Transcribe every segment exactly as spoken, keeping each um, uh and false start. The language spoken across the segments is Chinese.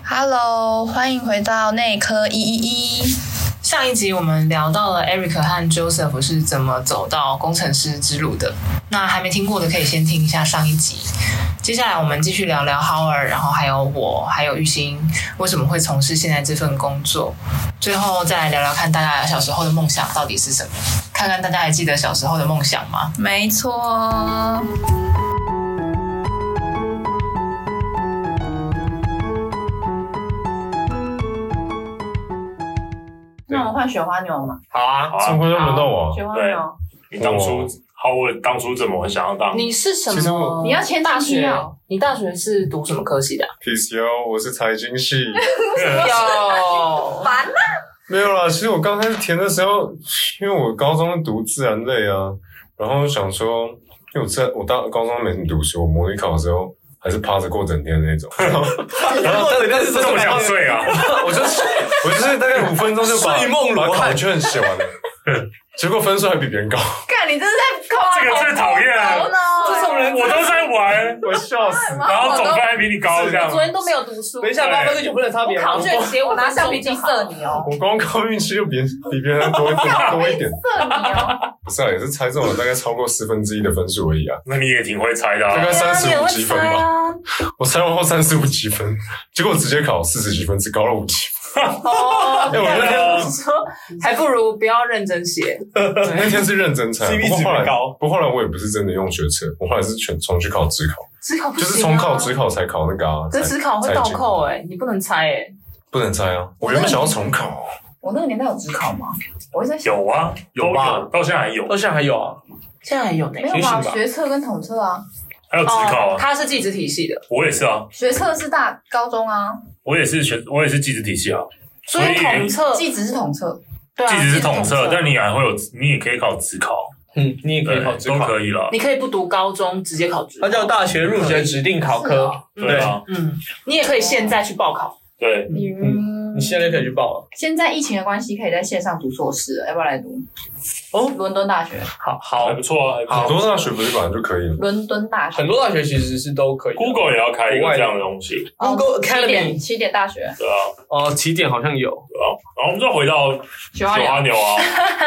Hello， 欢迎回到内科一一一。 上一集我们聊到了 Eric 和 Joseph 是怎么走到工程师之路的，那还没听过的可以先听一下上一集。接下来我们继续聊聊 Howard， 然后还有我，还有玉兴为什么会从事现在这份工作。最后再来聊聊看大家小时候的梦想到底是什么，看看大家还记得小时候的梦想吗？ 没错。那我们换雪花牛嘛？ 好啊， 这么快就轮到我。 雪花牛， 你当初 Howard 当初怎么会想要当？ 你是什么？ 你要签大学？ 你大学是读什么科系的、啊、 ？P C O， 我是财经系。 有烦啊！ 没有啦，其实我刚开始填的时候，因为我高中读自然类啊，然后想说，因为我自然我大高中没怎么读书，我模拟考的时候还是趴着过整天的那种。然后但是这么想睡啊？我就我就是大概五分钟就把睡梦把考卷写完了，结果分数还比别人高。 干，你真是太高了！ 这个最讨厌了， 这种人我都在玩， 我笑死。 然后总分还比你高，这样。 昨天都没有读书。 等一下，八分跟九分的差别。 考卷写我拿橡皮筋射你哦。 我光靠运气就比比别人多一点，多一点。 射你哦。 不是啊，也是猜中了大概超过四分之一的分数而已啊。 那你也挺会猜的啊。 大概三十五积分吧。我猜完后三十五积分，结果直接考四十几分，只高了五积分。 哦， 哎，我那天说还不如不要认真写。 那天是认真猜， C P 不过后来值高。 不过后来我也不是真的用学测，我后来是全重去考指考， 指考不行、啊、 就是重考指考才考那个啊。 可是指考会倒扣哎、欸，你不能猜哎、欸。 不能猜啊！我原本想要重考。 我那个年代有指考吗？我一直在想。 有啊，有吧？到现在还有， 到现在还有啊。 现在还有呢、欸？ 没有吧？学测跟统测啊。 还有指考啊。 哦、他是技职体系的。 我也是啊。 学测是大高中啊。 我也是学，我也是技职体系啊。 所以统测， 技职是统测， 对啊， 技职是统测，但你还会有，你也可以考指考， 嗯，你也可以考指考， 都可以了。 你可以不读高中，直接考指考。 它叫大学入学指定考科， 对啊， 嗯，你也可以现在去报考， 对， 嗯，你现在可以去报了。 现在疫情的关系，可以在线上读硕士了，要不要来读？ 哦， 伦敦大学， 好好， 还不错啊， 很多大学不是本来就可以了。 伦敦大学， 很多大学其实是都可以。 Google 也要开一个这样的东西 ，Google Academy 起点大学， 对啊， 哦，起点好像有， 对啊，然后我们再回到雪花牛啊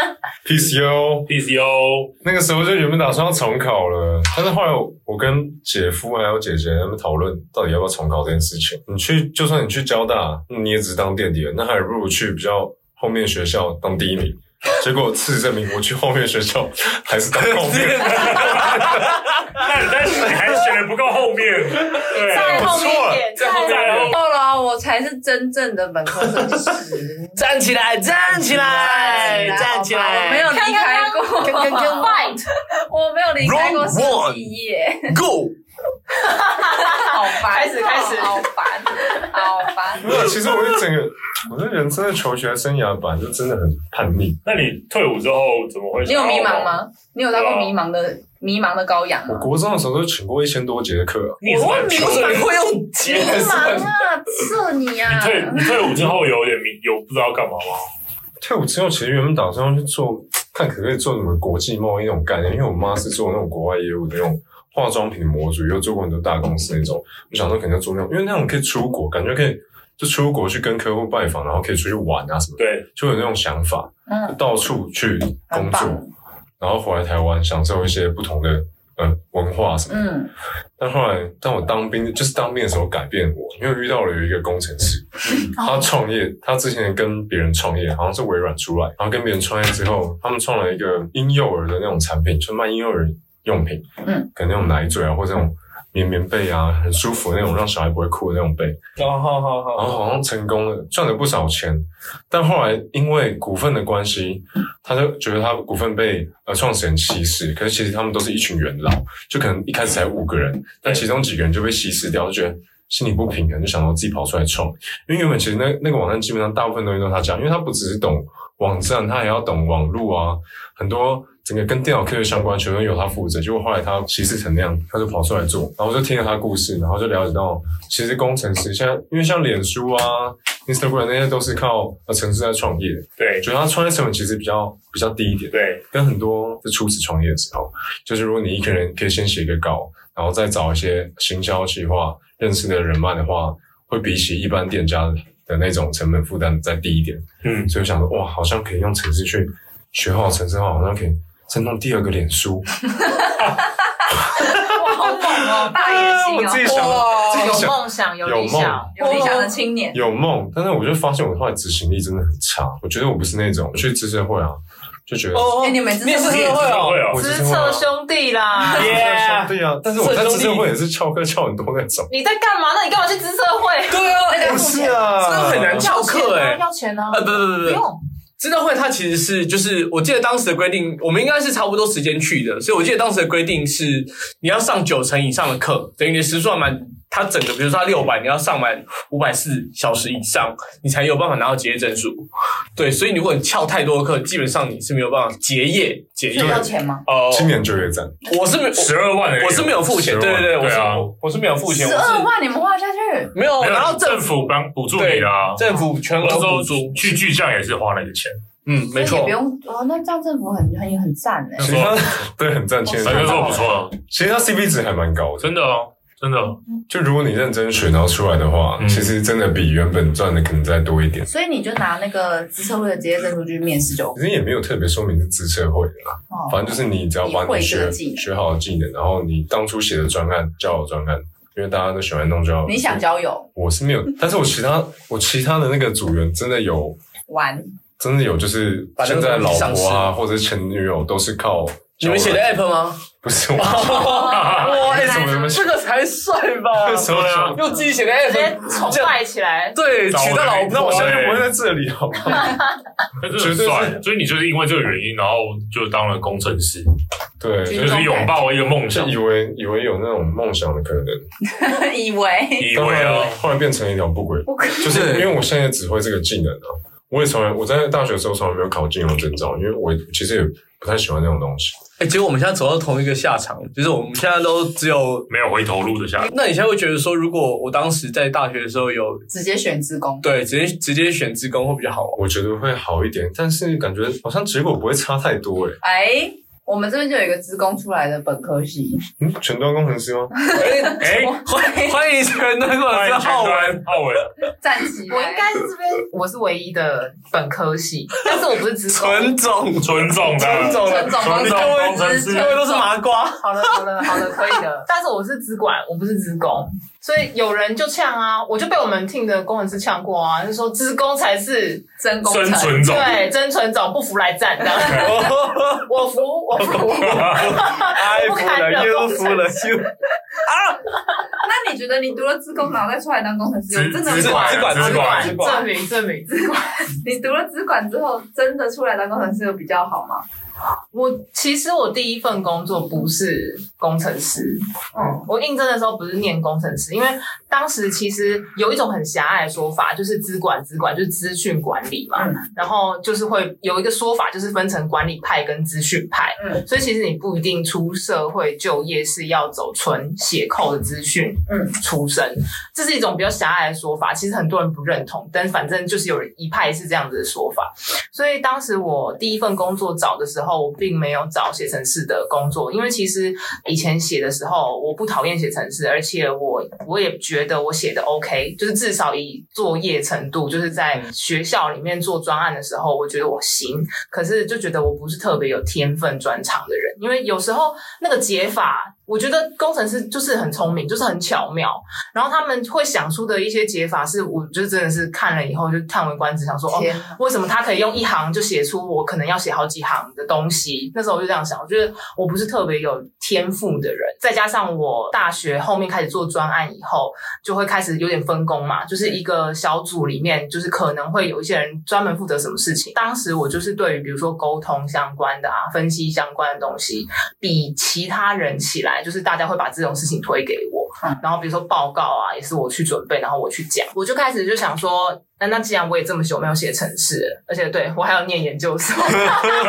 ，P C O P C O， 那个时候就原本打算要重考了，但是后来我跟姐夫还有姐姐他们讨论到底要不要重考这件事情。你去，就算你去交大，你也只当垫底了，那还不如去比较后面学校当第一名。结果事实证明，我去后面学校还是当后面。 那你在你还选的不够后面，对， 在后面一点， 在后面够了，我才是真正的本科生师。 站起来，站起来，站起来！ 我没有离开过， 跟跟跟 fight， 我没有离开过设计业。 Go。 好烦， 开始开始， 好烦，好烦。 没有，其实我一整个我的人生的求学生涯版就真的很叛逆。 那你退伍之后怎么会？ 你有迷茫吗？你有当过迷茫的迷茫的羔羊吗？ 我国中的时候都请过一千多节的课啊。 你会迷茫？你会用节？ 迷茫啊，射你啊！ 你退你退伍之后有点迷，有不知道干嘛吗？ 退伍之后，其实原本打算要去做，看可不可以做什么国际贸易那种概念，因为我妈是做那种国外业务的那种。化妆品模组又做过很多大公司那种，我想说可能要做那种，因为那种可以出国，感觉可以就出国去跟客户拜访，然后可以出去玩啊什么的， 对， 就有那种想法， 嗯， 就到处去工作，然后回来台湾享受一些不同的呃文化什么的。 嗯， 但后来当我当兵，就是当兵的时候改变我，因为遇到了有一个工程师，他创业，他之前跟别人创业，好像是微软出来，然后跟别人创业之后，他们创了一个婴幼儿的那种产品，就卖婴幼儿用品， 嗯， 可能那种奶嘴啊，或者那种棉棉被啊，很舒服的那种，让小孩不会哭的那种被。 哦，好好好。 然后好像成功了，赚了不少钱。但后来因为股份的关系，他就觉得他股份被呃创始人稀释。可是其实他们都是一群元老，就可能一开始才五个人，但其中几个人就被稀释掉，就觉得心里不平衡，就想到自己跑出来创。因为原本其实那那个网站基本上大部分东西都是他讲，因为他不只是懂网站，他还要懂网路啊，很多。整个跟电脑科学相关全都由他负责，结果后来他稀释成那样，他就跑出来做，然后就听了他的故事，然后就了解到，其实工程师现在因为像脸书啊、Instagram 那些都是靠呃程式在创业， 对， 觉得他创业成本其实比较比较低一点， 对， 跟很多在初始创业的时候，就是如果你一个人可以先写一个稿，然后再找一些行销企划认识的人脉的话， 会比起一般店家的那种成本负担再低一点。 嗯， 所以我想说，哇，好像可以用程式去学好程式的话，好像可以再弄第二个脸书。 哇，好猛哦，大野心哦！ 我自己想，自己有想梦想，有理想， 有理想的青年， 有梦，但是我就发现我后来执行力真的很差。我觉得我不是那种去资社会啊，就觉得哦， 哎，你们你也是资社会哦， 我资策兄弟啦， 耶， 对啊，但是我在资社会也是翘课翘很多那种。 你在干嘛？那你干嘛去资社会？ 对啊， 那个不是啊， 真的很难翘课哎， 要钱啊？ 啊，不不不不不不用。 资策会它其实是就是我记得当时的规定，我们应该是差不多时间去的，所以我记得当时的规定是你要上九成以上的课，等于你的时数要满，它整个比如说它六百，你要上满五百四小时以上，你才有办法拿到结业证书。对，所以如果你翘太多的课，基本上你是没有办法结业结业。 所以要钱吗？ 哦， 青年就业站， 我是没有十二万的， 我是没有付钱，对对对，我是我是没有付钱， 十二万你们花下去？ 没有，然后政府帮补助你啦， 政府全额补助， 去巨匠也是花那个钱。 嗯，没错， 也不用哦。那这样政府很很很赞哎。 其实他对很赚钱， 反正做不错， 其实他 C P 值还蛮高的， 真的哦，真的。 就如果你认真学，然后出来的话，嗯、其实真的比原本赚的可能再多一点。 所以你就拿那个资策会的结业证书去面试就。 其实也没有特别说明是资策会的啦，哦、反正就是你只要把你学学好的技能，然后你当初写的专案交友专案。因为大家都喜欢弄交友， 你想交友？ 我是没有，但是我其他我其他的那个组员真的有玩。 真的有，就是现在老婆啊，或者前女友都是靠你们写的 app 吗？ 不是我， 哇， 为什么这个才帅吧？ 什么用自己写的 app 直接崇拜起来？ 对，娶到老婆， 那我现在不会在这里，好不好？ 绝对帅，所以你就是因为这个原因，然后就当了工程师。 对， 就是拥抱一个梦想， 以为以为有那种梦想的可能， 以为以为哦， 后来变成一条不归路，就是因为我现在只会这个技能啊。我也从来我在大学的时候从来没有考金融证照，因为我其实也不太喜欢那种东西。 哎、欸，结果我们现在走到同一个下场，就是我们现在都只有没有回头路的下场。 那你现在会觉得说，如果我当时在大学的时候有直接选职工， 对，直接直接选职工会比较好吗？ 我觉得会好一点，但是感觉好像结果不会差太多诶、 欸。哎。我们这边就有一个职工出来的本科系， 嗯，前端工程师吗？ 哎哎，欢欢迎前端工程师浩文， 浩文， 站起来！ 我应该是这边，我是唯一的本科系，但是我不是职工， 纯种， 纯种的， 纯种的， 纯种工程师， 各位都是麻瓜。 好的，好的，好的，可以的。但是我是资管，我不是职工。所以有人就呛啊，我就被我们 team 的工程师呛过啊，就说职工才是真工程， 真纯种， 对，真纯种，不服来战的。我服，我服， 爱服了，又服了，又啊！ 那你觉得你读了资工，然后再出来当工程师，有真的资管资管资管证明证明资管？ 你读了资管之后，真的出来当工程师有比较好吗？ 我其实我第一份工作不是工程师，嗯，我应征的时候不是念工程师，因为当时其实有一种很狭隘的说法，就是资管资管就是资讯管理嘛，嗯、然后就是会有一个说法，就是分成管理派跟资讯派，嗯，所以其实你不一定出社会就业是要走纯写扣的资讯，嗯，出身，这是一种比较狭隘的说法，其实很多人不认同，但反正就是有一派是这样子的说法，所以当时我第一份工作找的时候。我并没有找写程式的工作，因为其实以前写的时候我不讨厌写程式，而且我我也觉得我写的 OK， 就是至少以作业程度，就是在学校里面做专案的时候，我觉得我行。可是就觉得我不是特别有天分专长的人，因为有时候那个解法，我觉得工程师就是很聪明，就是很巧妙，然后他们会想出的一些解法是，我就真的是看了以后就叹为观止，想说哦，为什么他可以用一行就写出我可能要写好几行的东西？那时候我就这样想，我觉得我不是特别有天赋的人，再加上我大学后面开始做专案以后，就会开始有点分工嘛，就是一个小组里面，就是可能会有一些人专门负责什么事情。当时我就是对于比如说沟通相关的啊，分析相关的东西，比其他人起来。就是大家会把这种事情推给我，嗯、然后比如说报告啊，也是我去准备，然后我去讲，我就开始就想说，那那既然我也这么久没有写程式了，而且对我还要念研究所，超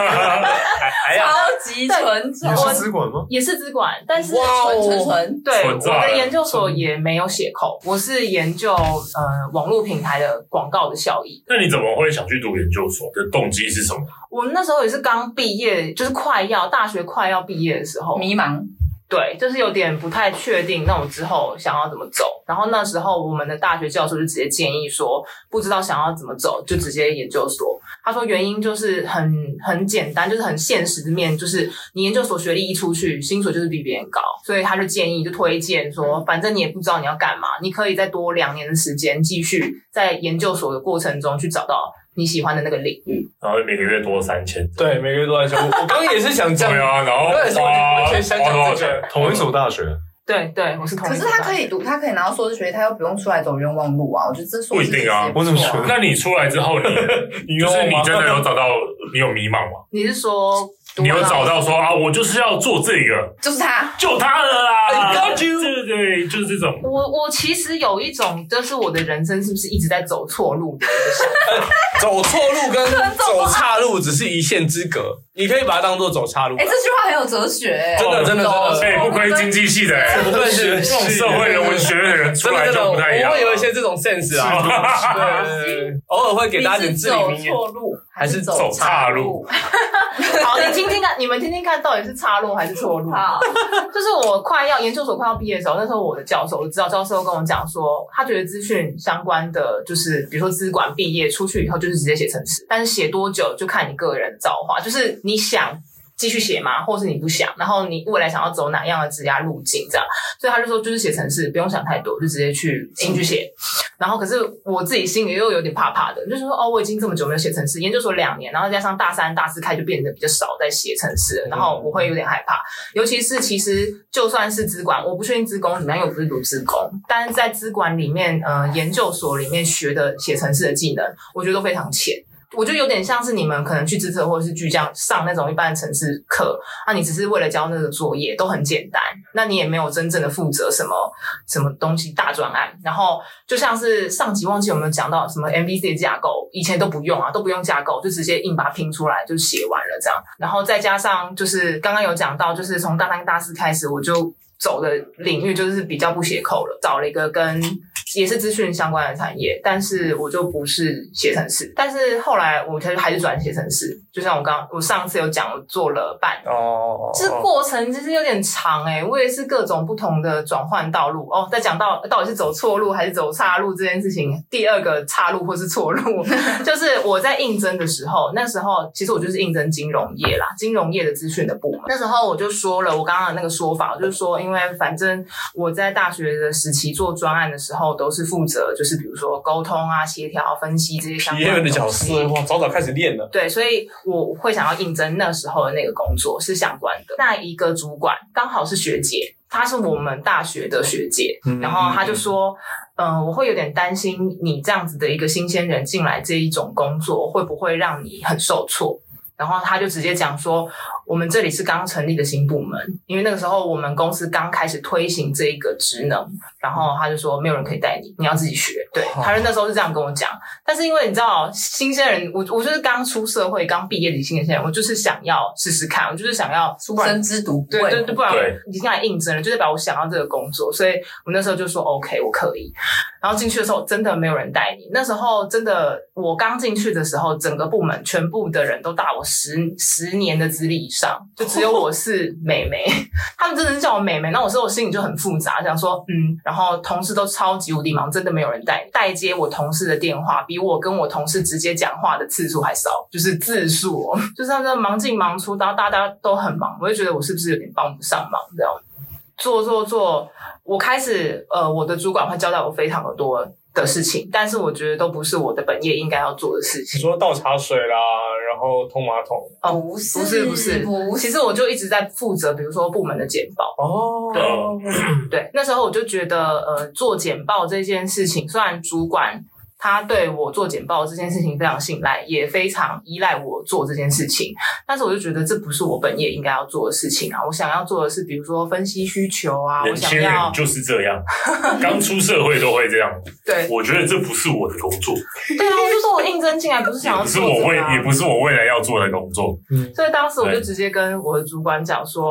级纯种， 也是资管吗？ 也是资管，但是纯纯纯， 对，我的研究所也没有写扣，我是研究呃网络平台的广告的效益。 那你怎么会想去读研究所的动机是什么？ 我那时候也是刚毕业，就是快要大学快要毕业的时候， 迷茫。 对，就是有点不太确定，那我之后想要怎么走。然后那时候我们的大学教授就直接建议说，不知道想要怎么走，就直接研究所。他说原因就是很很简单，就是很现实的面，就是你研究所学历一出去，薪水就是比别人高，所以他就建议就推荐说，反正你也不知道你要干嘛，你可以再多两年的时间继续在研究所的过程中去找到你喜欢的那个领域， 然后每个月多三千， 对，每个月都在想。我我刚刚也是想这样， 对啊，然后我刚也是完全想讲这个， 同一所大学。 对对，我是同一所。 可是他可以读，他可以拿到硕士学历，他又不用出来走冤枉路啊！我觉得这硕士不一定啊， 我怎么觉得？ 那你出来之后你，你就是你真的有找到，你有迷茫吗？ 你是说？ 你有找到说啊，我就是要做这个， 就是他， 就他了啦！ I got you 对对，就是这种。 我我其实有一种，就是我的人生是不是一直在走错路的一个想法？ 走错路跟走岔路只是一线之隔，你可以把它当做走岔路。 哎、欸，这句话很有哲学、欸， 真的真的真的， 哎、欸，不亏经济系的、欸， 不愧是这种社会人文学院的人出来就不太一样。 我会有一些这种 sense 啊，对对对，偶尔会给大家点至理名言。 走错路还是走岔路？ 好，你听听看，你们听听看，到底是岔路还是错路？ 好， 就是我快要研究所快要毕业的时候，那时候我的教授，我知道教授跟我讲说，他觉得资讯相关的，就是比如说资管毕业出去以后，就是直接写程式，但是写多久就看你个人造化，就是你想继续写吗？或是你不想？然后你未来想要走哪样的职涯路径？这样，所以他就说，就是写程式，不用想太多，就直接去进去写。然后，可是我自己心里又有点怕怕的，就是说，哦，我已经这么久没有写程式，研究所两年，然后加上大三、大四开就变得比较少在写程式了，然后我会有点害怕。尤其是其实就算是资管，我不确定资工怎么样，因为我不是读资工，但是在资管里面，呃，研究所里面学的写程式的技能，我觉得都非常浅。我觉得有点像是你们可能去资策或者是巨匠上那种一般的程式课，那你只是为了交那个作业，都很简单，那你也没有真正的负责什么什么东西大专案。然后就像是上集忘记有没有讲到什么 M V C 的架构，以前都不用啊，都不用架构，就直接硬把它拼出来就写完了这样。然后再加上就是刚刚有讲到，就是从大三大四开始我就走的领域就是比较不写扣了，找了一个跟也是资讯相关的产业，但是我就不是写程式，但是后来我还是转写程式，就像我刚我上次有讲，我做了半哦， 这过程其实有点长诶、欸、我也是各种不同的转换道路哦。在讲到到底是走错路还是走岔路这件事情，第二个岔路或是错路，就是我在应征的时候，那时候其实我就是应征金融业啦，金融业的资讯的部门。那时候我就说了我刚刚的那个说法，就是说因为反正我在大学的时期做专案的时候，都是负责就是比如说沟通啊、协调、分析这些相关的东西。 的角色哇，早早开始练了。 对，所以我会想要应征那时候的那个工作是相关的。那一个主管刚好是学姐，她是我们大学的学姐， 嗯、 然后她就说，嗯、呃，我会有点担心你这样子的一个新鲜人进来这一种工作，会不会让你很受挫？然后他就直接讲说，我们这里是刚成立的新部门，因为那个时候我们公司刚开始推行这一个职能，然后他就说没有人可以带你，你要自己学。对，他就那时候是这样跟我讲。但是因为你知道，新鲜人，我我就是刚出社会、刚毕业的新鲜人，我就是想要试试看，我就是想要出生之犊， 对对对，不然已经来应征了，就代表我想要这个工作，所以我那时候就说 OK， 我可以。然后进去的时候真的没有人带你，那时候真的我刚进去的时候，整个部门全部的人都大我十十年的资历以上，就只有我是妹妹，他们真的是叫我妹妹。那我说我心里就很复杂，想说嗯，然后同事都超级无敌忙，真的没有人带代接我同事的电话，比我跟我同事直接讲话的次数还少，就是字数、哦，就是他们忙进忙出，然后大家都很忙，我就觉得我是不是有点帮不上忙这样。做做做，我开始呃，我的主管会交代我非常的多的事情，但是我觉得都不是我的本业应该要做的事情。 你说倒茶水啦，然后通马桶？ 哦， 不是不是不是不是，其实我就一直在负责，比如说部门的简报。 哦， 对对，那时候我就觉得呃，做简报这件事情，虽然主管他对我做简报这件事情非常信赖，也非常依赖我做这件事情，但是我就觉得这不是我本业应该要做的事情啊！我想要做的是，比如说分析需求啊，我想要。 年轻人就是这样，刚出社会都会这样。 对， 我觉得这不是我的工作。 对啊，我就说我应征进来不是想要做、啊， 也不是我未，也不是我未来要做的工作。 嗯，所以当时我就直接跟我的主管讲说。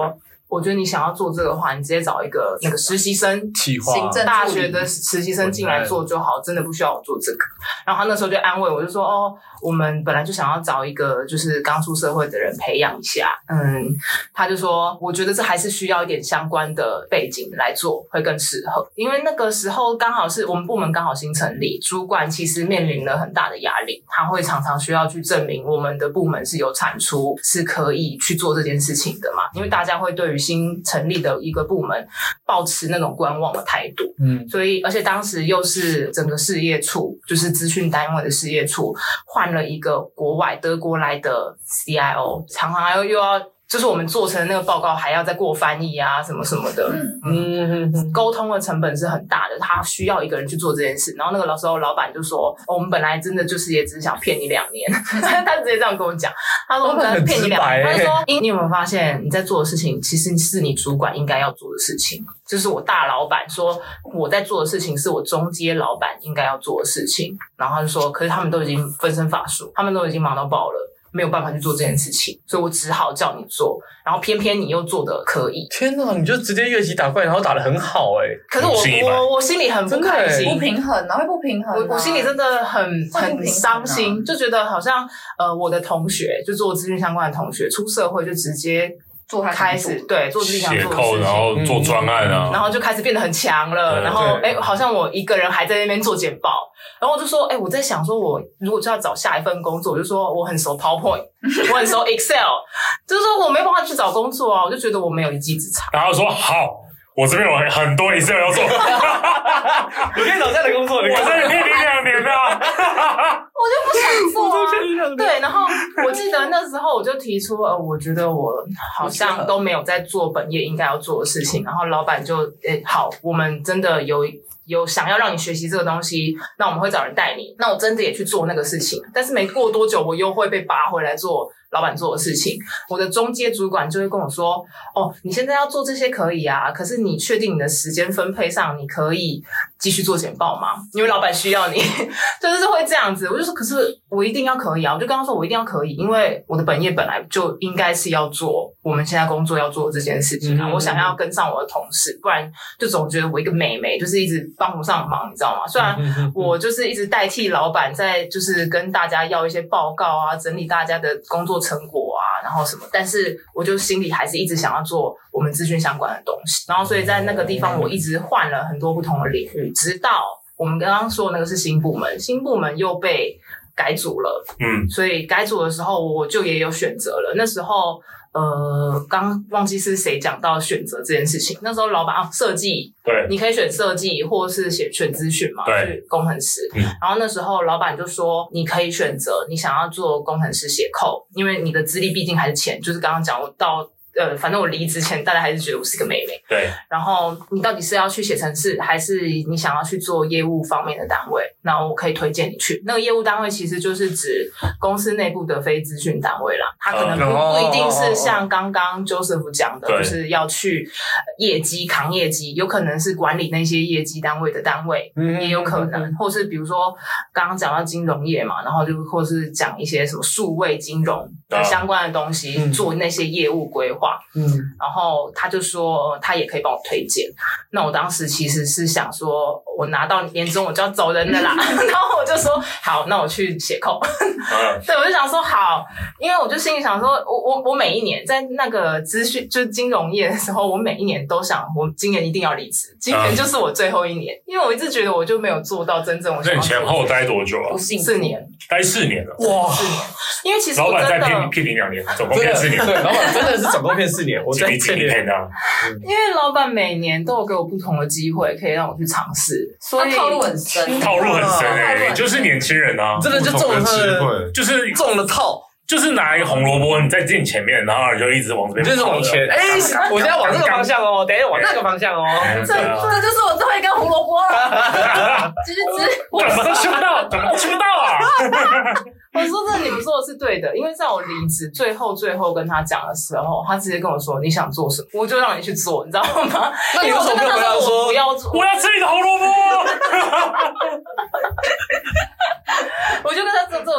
我觉得你想要做这个的话，你直接找一个那个实习生， 企划行政大学的实习生进来做就好，真的不需要我做这个。然后他那时候就安慰我，就说哦，我们本来就想要找一个就是刚出社会的人培养一下，嗯，他就说我觉得这还是需要一点相关的背景来做会更适合，因为那个时候刚好是我们部门刚好新成立，主管其实面临了很大的压力，他会常常需要去证明我们的部门是有产出，是可以去做这件事情的嘛，因为大家会对于新成立的一个部门抱持那种观望的态度，嗯，所以而且当时又是整个事业处，就是资讯单位的事业处换了一个国外德国来的 C I O， 常常又又要就是我们做成的那个报告还要再过翻译啊什么什么的，嗯嗯，沟通的成本是很大的，他需要一个人去做这件事。然后那个老时候老板就说、哦、我们本来真的就是也只是想骗你两年他直接这样跟我讲，他说我们本来骗你两年，他就说你有没有发现你在做的事情其实是你主管应该要做的事情，就是我大老板说我在做的事情是我中阶老板应该要做的事情，然后他就说可是他们都已经分身乏术，他们都已经忙到爆了，没有办法去做这件事情，所以我只好叫你做，然后偏偏你又做得可以。 天哪，你就直接越级打怪，然后打得很好哎、欸！ 可是我我我心里很不开心， 不平衡啊，会不平衡、啊。 我我心里真的很很伤心，就觉得好像呃我的同学就做资讯相关的同学出社会就直接。做他开始对做自己想做的事情， 然后做专案啊、 嗯，然后就开始变得很强了。然后哎，好像我一个人还在那边做简报，然后我就说，哎，我在想说，我如果就要找下一份工作，我就说我很熟 PowerPoint， 我很熟 Excel， 就是说我没办法去找工作啊，我就觉得我没有一技之长。 然后说好。我这边有很多 Excel 要做， 你可以找这样的工作， 我这里骗你两年了， 我就不想做啊。对，然后我记得那时候我就提出，呃，我觉得我好像都没有在做本业应该要做的事情，然后老板就，诶，好，我们真的有。有想要让你学习这个东西，那我们会找人带你。那我真的也去做那个事情，但是没过多久，我又会被拔回来做老板做的事情。我的中阶主管就会跟我说：“哦，你现在要做这些可以啊，可是你确定你的时间分配上，你可以继续做简报吗？因为老板需要你。”就是会这样子。我就说：“可是我一定要可以啊！”我就跟他说：“我一定要可以，因为我的本业本来就应该是要做我们现在工作要做的这件事情啊。嗯、我想要跟上我的同事，不然就总觉得我一个妹妹就是一直。”帮不上忙，你知道吗？虽然我就是一直代替老板在就是跟大家要一些报告啊，整理大家的工作成果啊，然后什么，但是我就心里还是一直想要做我们资讯相关的东西。然后所以在那个地方我一直换了很多不同的领域，直到我们刚刚说的那个是新部门，新部门又被改组了，嗯，所以改组的时候我就也有选择了。那时候呃，刚忘记是谁讲到选择这件事情。那时候老板啊，设计， 对， 你可以选设计，或是选选资讯嘛， 对， 工程师、嗯。然后那时候老板就说，你可以选择你想要做工程师写扣，因为你的资历毕竟还是浅，就是刚刚讲我到。呃，反正我离职前，大家还是觉得我是个妹妹。 对。 然后你到底是要去写程式，还是你想要去做业务方面的单位？那我可以推荐你去。那个业务单位其实就是指公司内部的非资讯单位啦，它可能不、嗯、不一定是像刚刚 Joseph 讲的，就是要去业绩扛业绩，有可能是管理那些业绩单位的单位，嗯、也有可能，嗯、或是比如说刚刚讲到金融业嘛，然后就或是讲一些什么数位金融的相关的东西，嗯、做那些业务规划。嗯，然后他就说、呃、他也可以帮我推荐。那我当时其实是想说，我拿到年终我就要走人了啦。然后我就说好，那我去写扣。对，我就想说好，因为我就心里想说，我我我每一年在那个资讯就是金融业的时候，我每一年都想，我今年一定要离职，今年就是我最后一年，因为我一直觉得我就没有做到真正我想要做的。 那你前后待多久啊？ 四年， 待四年了。 哇，四年。因为其实我老真的板再骗骗你两年，总共骗四年。 对，老板真的是总共骗四年，我在骗你骗啊。 因为老板每年都有给我不同的机会，可以让我去尝试，所以套路很深， 套路很深哎、欸，你就是年轻人啊， 真的就中了他的， 就是中了套。 就是拿一个红萝卜，你在自己前面，然后你就一直往这边跑， 就是往前。哎、欸，我现在往这个方向哦，等一下往那个方向哦。 这这就是我最后一根胡萝卜了。继续吃。 怎么都吃不到，怎么都吃不到啊！ 我说这你们说的是对的，因为在我离职最后最后跟他讲的时候，他直接跟我说你想做什么，我就让你去做，你知道吗？ 那你为什么没有跟他说不要做？ 我要吃你的红萝卜。 我就跟他说，之后我就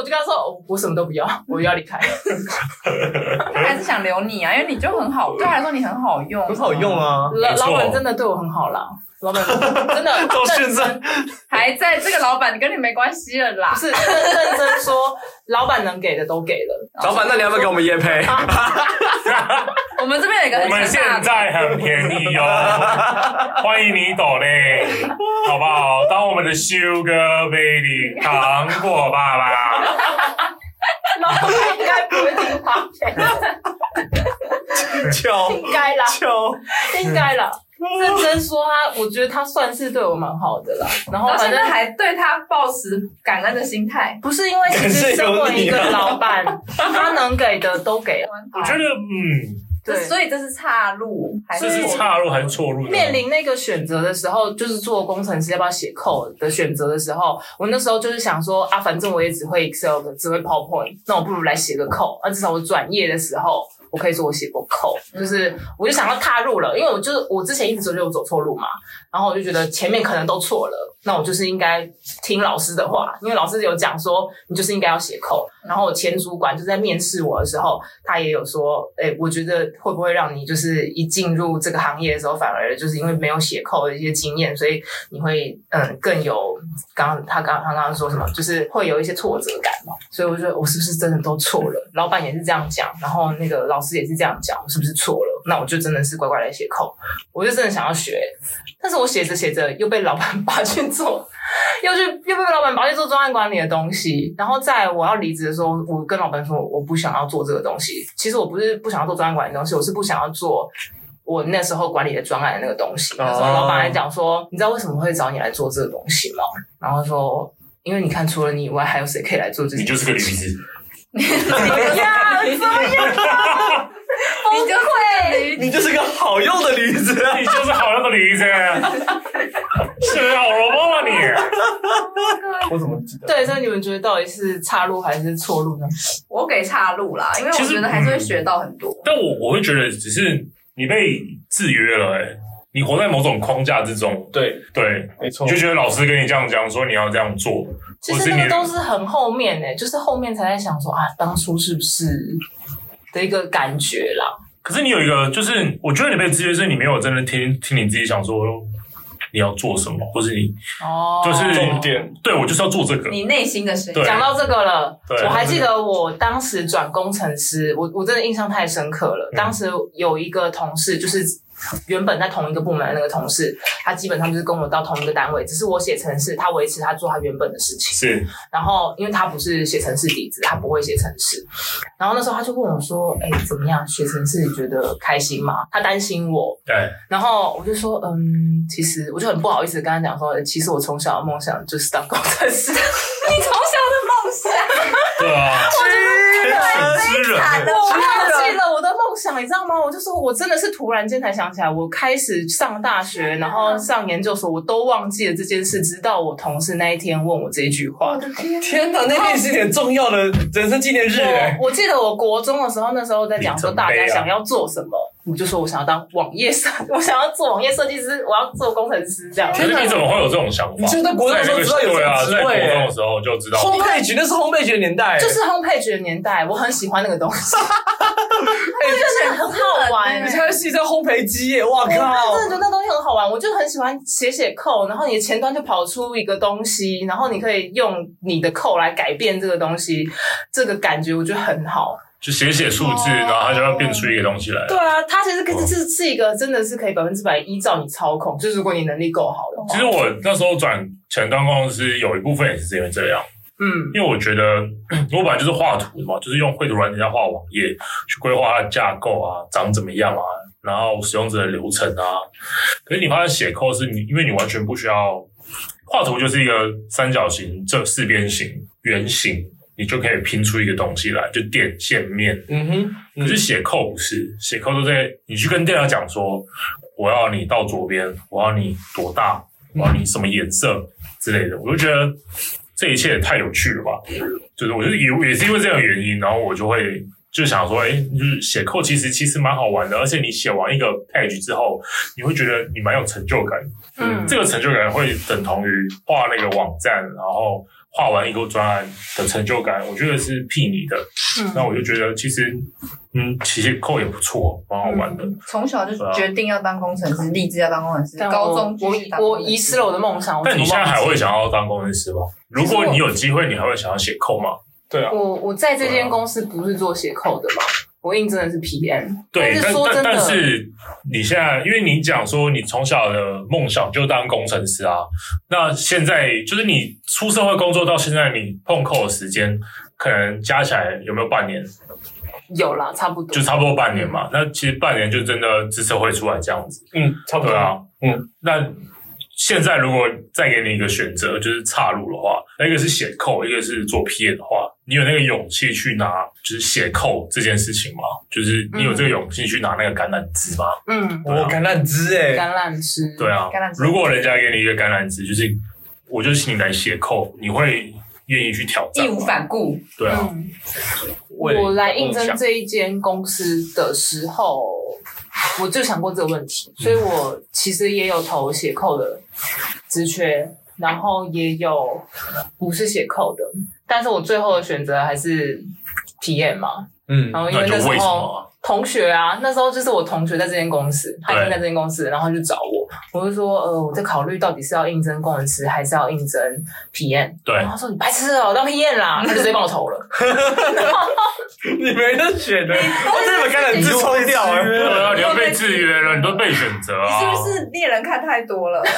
就跟他说，哦，我什么都不要，我要离开。 他还是想留你啊，因为你就很好，对他来说你很好用， 很好用啊。 老老板真的对我很好啦。老板真的到现在还在这个老板跟你没关系了啦。 不是认认真说，老板能给的都给了。 老板，那你要不要给我们业配？ 我们这边有一个很我们现在很便宜哦，欢迎你抖嘞，好不好？当我们的 Sugar Baby 糖果爸爸。 老板应该不会听话， 巧应该啦， 巧应该啦。认真说他，我觉得他算是对我蛮好的啦。然后到现反正在还对他抱持感恩的心态， 不是因为其实身为一个老板，他能给的都给了。 我觉得，嗯， 对， 所以这是岔路，还这是岔路还是错路的？ 面临那个选择的时候，就是做工程师要不要写 code 的选择的时候，我那时候就是想说啊，反正我也只会 Excel 的，只会 PowerPoint， 那我不如来写个 code， 那至少我转业的时候。我可以说我写过 code， 就是我就想要踏入了，因为我就是我之前一直觉得我走错路嘛，然后我就觉得前面可能都错了，那我就是应该听老师的话，因为老师有讲说你就是应该要写 code， 然后我前主管就在面试我的时候，他也有说，诶，我觉得会不会让你就是一进入这个行业的时候，反而就是因为没有写 code 的一些经验，所以你会嗯更有刚刚他刚他刚刚说什么，就是会有一些挫折感嘛，所以我觉得我是不是真的都错了？老板也是这样讲，然后那个老师也是这样讲，我是不是错了？那我就真的是乖乖来写 code， 我就真的想要学，但是我写着写着又被老板拔去做，又去又被老板拔去做专案管理的东西，然后在我要离职的时候，我跟老板说我不想要做这个东西。其实我不是不想要做专案管理的东西，我是不想要做我那时候管理的专案的那个东西。那时候老板来讲说，你知道为什么会找你来做这个东西吗？然后说，因为你看除了你以外，还有谁可以来做这个？ 你就是个驴子。 呀，怎么样？崩溃！ 你就是个好用的驴子啊！ 你就是好用的驴子，是好萝卜了你。 我怎么记得？ 对，所以你们觉得到底是岔路还是错路呢？ 我给岔路啦，因为我觉得还是会学到很多。 但我我会觉得，只是你被制约了、欸，哎，你活在某种框架之中。 对对， 没错。 你就觉得老师跟你这样讲，说你要这样做， 其实那个都是很后面诶、欸，就是后面才在想说啊，当初是不是的一个感觉啦。 可是你有一个，就是我觉得你被制约，是你没有真的听听你自己想说你要做什么，或是你哦， 就是重点， 对我就是要做这个。 你内心的声音。 讲到这个了， 对我还记得我当时转工程师，我我真的印象太深刻了。 嗯、 当时有一个同事，就是原本在同一个部门的那个同事，他基本上就是跟我到同一个单位，只是我写程式，他维持他做他原本的事情。 是， 然后因为他不是写程式底子，他不会写程式。然后那时候他就问我说：“哎、欸，怎么样？学程式你觉得开心吗？”他担心我。 对。 然后我就说：“嗯，其实我就很不好意思跟他讲说，欸、其实我从小的梦想就是当工程师。” 你从小的梦想？ 对啊。 太悲惨了， 我忘记了我的梦想，你知道吗？我就说我真的是突然间才想起来，我开始上大学，然后上研究所，我都忘记了这件事，直到我同事那一天问我这一句话。 我的天！ 天哪，那天是一点重要的人生纪念日哎！ 我, 我记得我国中的时候，那时候在讲说大家想要做什么，我就说我想要当网页设，我想要做网页设计师，我要做工程师这样。 可是你怎么会有这种想法？ 你就在国中的时候知道有这个职位， 在国中的时候就知道。 Homepage 那是 Homepage 的年代， 就是 Homepage 的年代，我很喜欢那个东西。我就觉得很好玩， 你现在是一张烘焙机耶！哇靠！ 我真的觉得那东西很好玩，我就很喜欢写写code，然后你的前端就跑出一个东西，然后你可以用你的code来改变这个东西，这个感觉我觉得很好。 就写写数字，然后它就要变出一个东西来。 对啊，它其实是是一个真的是可以百分之百依照你操控，就是如果你能力够好的话。 其实我那时候转前端工程师，有一部分也是因为这样。嗯，因为我觉得我本来就是画图的嘛，就是用绘图软件在画网页，去规划它的架构啊，长怎么样啊，然后使用者的流程啊。可是你发现写 code 是你，因为你完全不需要画图，就是一个三角形、这四边形、圆形，你就可以拼出一个东西来，就点、线、面。嗯哼。嗯可是写 code 不是，写 code 都在你去跟店家讲说，我要你到左边，我要你多大，我要你什么颜色之类的，我就觉得。这一切也太有趣了吧！就是我就是也也是因为这样的原因，然后我就会就想说，哎，就是写 code 其实其实蛮好玩的，而且你写完一个 page 之后，你会觉得你蛮有成就感。嗯，这个成就感会等同于画那个网站，然后画完一个专案的成就感，我觉得是媲美的。嗯，那我就觉得其实，嗯，其实 code 也不错，蛮好玩的。 嗯、从小就决定要当工程师，立志要当工程师。高中我我遗失了我的梦想。 但你现在还会想要当工程师吗？如果你有机会，你还会想要写 code 吗？ 对啊， 我我在这间公司不是做写 code 的嘛，我应征的是 P M。 对， 但是说真的， 但是你现在，因为你讲说你从小的梦想就当工程师啊，那现在就是你出社会工作到现在，你碰 code 的时间可能加起来有没有半年？ 有啦，差不多， 就差不多半年嘛。那其实半年就真的自社会出来这样子， 嗯，差不多啊， 嗯， 那。现在如果再给你一个选择，就是岔路的话，那一个是写 code， 一个是做 P M 的话，你有那个勇气去拿就是写 code 这件事情吗？就是你有这个勇气去拿那个橄榄枝吗？ 嗯， 我、啊、橄榄枝哎、 欸，橄榄枝， 对啊，如果人家给你一个橄榄枝，就是我就请你来写 code， 你会愿意去挑战， 义无反顾。 对啊、 嗯，我来应征这一间公司的时候。我就想过这个问题，所以我其实也有投写 code 的职缺，然后也有不是写 code 的，但是我最后的选择还是 P M 嘛。嗯，然后因为那时候同学啊，那时候就是我同学在这间公司，他已经在这间公司，然后就找我，我就说呃，我在考虑到底是要应征工程师还是要应征 P M。 对， 然后他说你白痴哦，当 P M 啦，他就直接帮我投了。 你没得选的，我真的把橄榄枝抽掉哎！ 对啊，你要被制约了，你都被选择啊！ 你是不是猎人看太多了？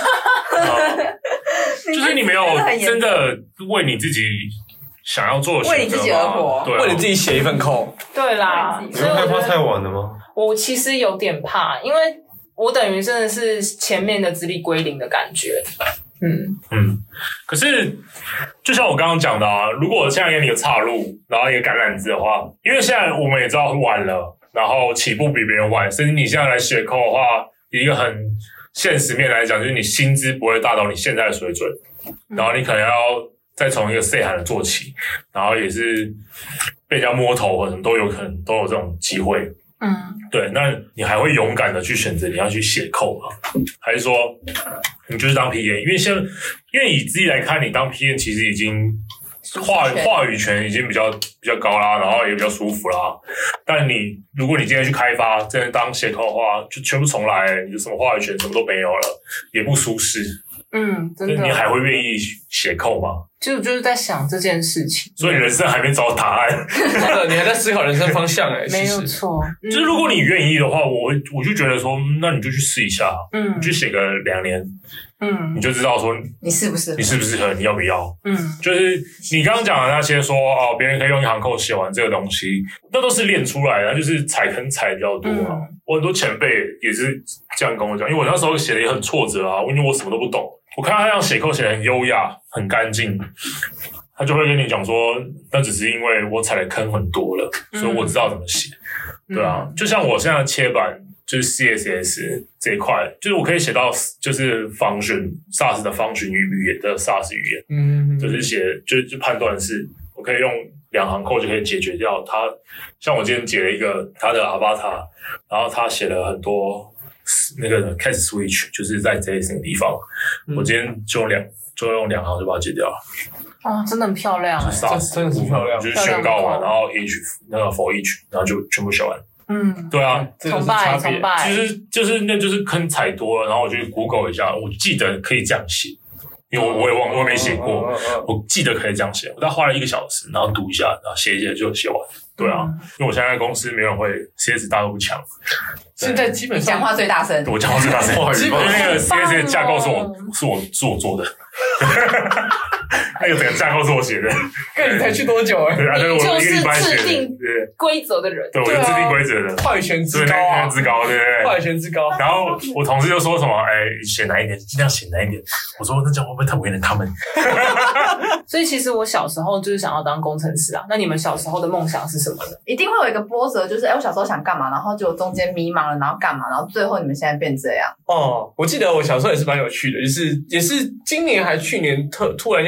就是你没有真的为你自己想要做的选择， 为你自己而活， 对、啊， 为你自己写一份code。 对啦， 你会害怕太晚了吗？ 我其实有点怕，因为我等于真的是前面的资历归零的感觉。嗯嗯，可是就像我刚刚讲的啊，如果现在给你个岔路，然后一个橄榄枝的话，因为现在我们也知道晚了，然后起步比别人晚，甚至你现在来写 code 的话，以一个很现实面来讲，就是你薪资不会大到你现在的水准，然后你可能要再从一个 C 函的做起，然后也是被人家摸头或者什么都有可能都有这种机会。 嗯， 对，那你还会勇敢的去选择你要去写 code 吗？还是说你就是当 P M？ 因为现在，因为以自己来看，你当 P M 其实已经话话语权已经比较比较高啦，然后也比较舒服啦。但你如果你今天去开发，真的当写 code 的话，就全部重来，你就什么话语权什么都没有了，也不舒适。 嗯，真的。 你还会愿意写 code 吗？ 就就是在想这件事情， 所以人生还没找到答案。 你还在思考人生方向哎、欸， 没有错。 嗯、就是如果你愿意的话，我我就觉得说，那你就去试一下， 嗯， 你去写个两年， 嗯， 你就知道说你适不适合， 你适不适合，你要不要？ 嗯， 就是你刚刚讲的那些说哦，别人可以用一行code写完这个东西，那都是练出来的，就是踩坑踩比较多啊。嗯、我很多前辈也是这样跟我讲，因为我那时候写的也很挫折啊，因为我什么都不懂。我看他这样写code写得很优雅、很干净，他就会跟你讲说，那只是因为我踩的坑很多了，所以我知道怎么写。嗯、对啊，就像我现在切板就是 C S S 这一块，就是我可以写到就是 function S A S 的 function 语言的 S A S 语言， 嗯， 就是写就就判断是我可以用两行code就可以解决掉它。像我今天解了一个他的 avatar， 然后他写了很多。那个 cast switch 就是在 J S 那个地方，嗯、我今天就用两就用两行就把它解掉了。 哦，真的很漂亮、欸， 真的很漂亮， 就是宣告完，然后 each 那个 for each， 然后就全部写完。 嗯， 对啊， 崇拜崇拜， 就是就是那就是坑踩多了，然后我就 Google 一下，我记得可以这样写。因为我我也忘，我也没写过，哦哦哦哦我记得可以这样写。我大概花了一个小时，然后读一下，然后写一写就写完。对啊，嗯、因为我现在公司没人会 C S 大家都不强。 现在基本上讲话最大声， 我讲话最大声，因为那个 C S 的架构是我是我是我做的。那个整个架构是我写的， 跟你才去多久哎、欸？ 对啊， 你就是制定规则的人， 对，我是制定规则的， 话语权之高啊， 之高，对不对？ 话语权之高。 然后我同事就说什么，哎，写难一点，尽量写难一点。我说那这样会不会太为难他们？ 所以其实我小时候就是想要当工程师啊。那你们小时候的梦想是什么呢？ 一定会有一个波折，就是哎，我小时候想干嘛，然后就中间迷茫了，然后干嘛，然后最后你们现在变这样。 哦，我记得我小时候也是蛮有趣的，就是也是今年还去年特突然就回想。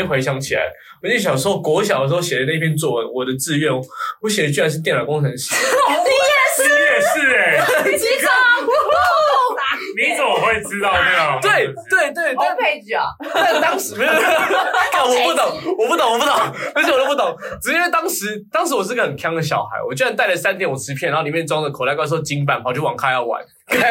起来，我记得小时候国小的时候写的那篇作文，我的志愿，我写的居然是电脑工程师。 你也是哎、欸， 机长， 你怎么会知道这样？ 对对对，但配角啊， 但当时没有，看我不懂，我不懂，我不懂，而且我都不懂，只是因为当时，当时我是个很强的小孩，我居然带了三点五磁片，然后里面装着口袋怪兽金版，跑去网咖要玩。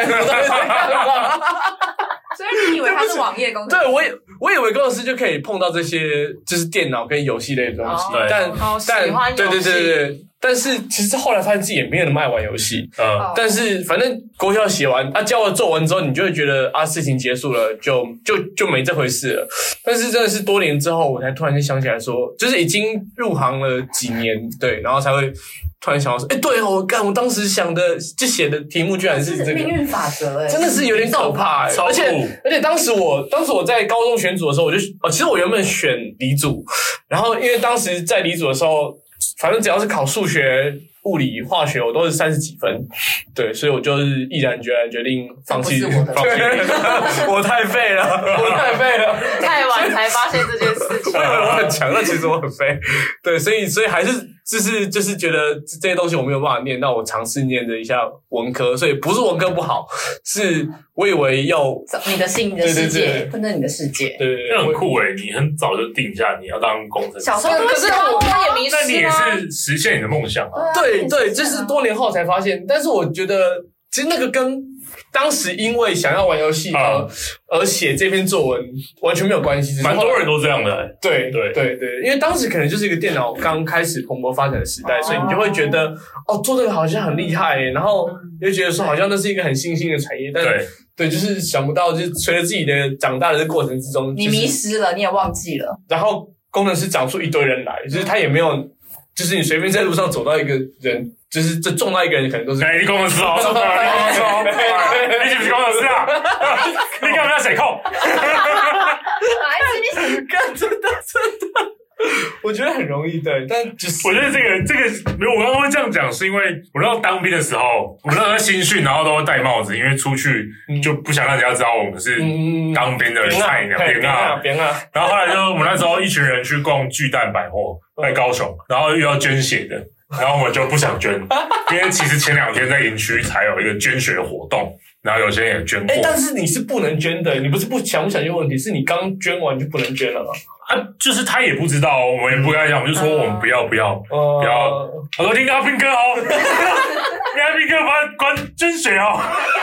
所以你以为他是网页工程师？ 对，我以我以为工程师就可以碰到这些就是电脑跟游戏类的东西， 哦、 但好喜但欢游戏对对对对对，但是其实后来发现自己也没有那么爱玩游戏， 嗯， 但是反正国校写完啊，交了作文之后，你就会觉得啊，事情结束了，就就就没这回事了。但是真的是多年之后，我才突然间想起来说，就是已经入行了几年，对，然后才会突然想到说，哎、欸，对哦，我干，我当时想的就写的题目居然是这个命运法则，哎， 真的是有点可怕、欸，而且而且当时我当时我在高中选组的时候，我就哦，其实我原本选理组，然后因为当时在理组的时候，反正只要是考数学、物理、化学，我都是三十几分，对，所以我就是毅然决然决定放弃，放弃，我太废了，我太废了， 太晚才发现这件事情， 我很强，但其实我很废，对，所以所以还是就是就是觉得这些东西我没有办法念，那我尝试念了一下文科，所以不是文科不好，是我以为要你的心、你的世界，跟着你的世界， 对对对， 那很酷诶，你很早就定下你要当工程师， 小时候可是我也迷失啊， 那你也是实现你的梦想啊， 对对，这是多年后才发现，但是我觉得其实那个跟当时因为想要玩游戏而、嗯、而写这篇作文完全没有关系， 蛮多人都这样的、欸。 对对对对，因为当时可能就是一个电脑刚开始蓬勃发展的时代，哦、所以你就会觉得哦，做这个好像很厉害耶，然后就觉得说好像那是一个很新兴的产业，但对对，就是想不到，就是随着自己的长大的这过程之中， 你迷失了，你也忘记了， 然后工程师长出一堆人来，就是他也没有。就是你随便在路上走到一个人，就是这撞到一个人，可能都是。 哎、欸，你工程师哦，你工程师哦，你是不是工程师啊？你干嘛要写扣？ 哪一次你干真的真的？我觉得很容易对，但就是我觉得这个这个没有，我刚刚会这样讲，是因为我那时候当兵的时候，我们那时候在新训，然后都会戴帽子，因为出去就不想让人家知道我们是当兵的菜鸟兵啊兵啊。 然后后来就我们那时候一群人去逛巨蛋百货，在高雄，然后遇到捐血的，然后我们就不想捐，因为其实前两天在营区才有一个捐血活动。然后有些人也捐过， 哎、欸，但是你是不能捐的，你不是不想不想捐问题，是你刚捐完就不能捐了吗？ 啊，就是他也不知道，我们也不跟他讲，我们就说我们不要不要、呃、不要。我说听阿斌哥哦，你阿斌哥把管捐血哦，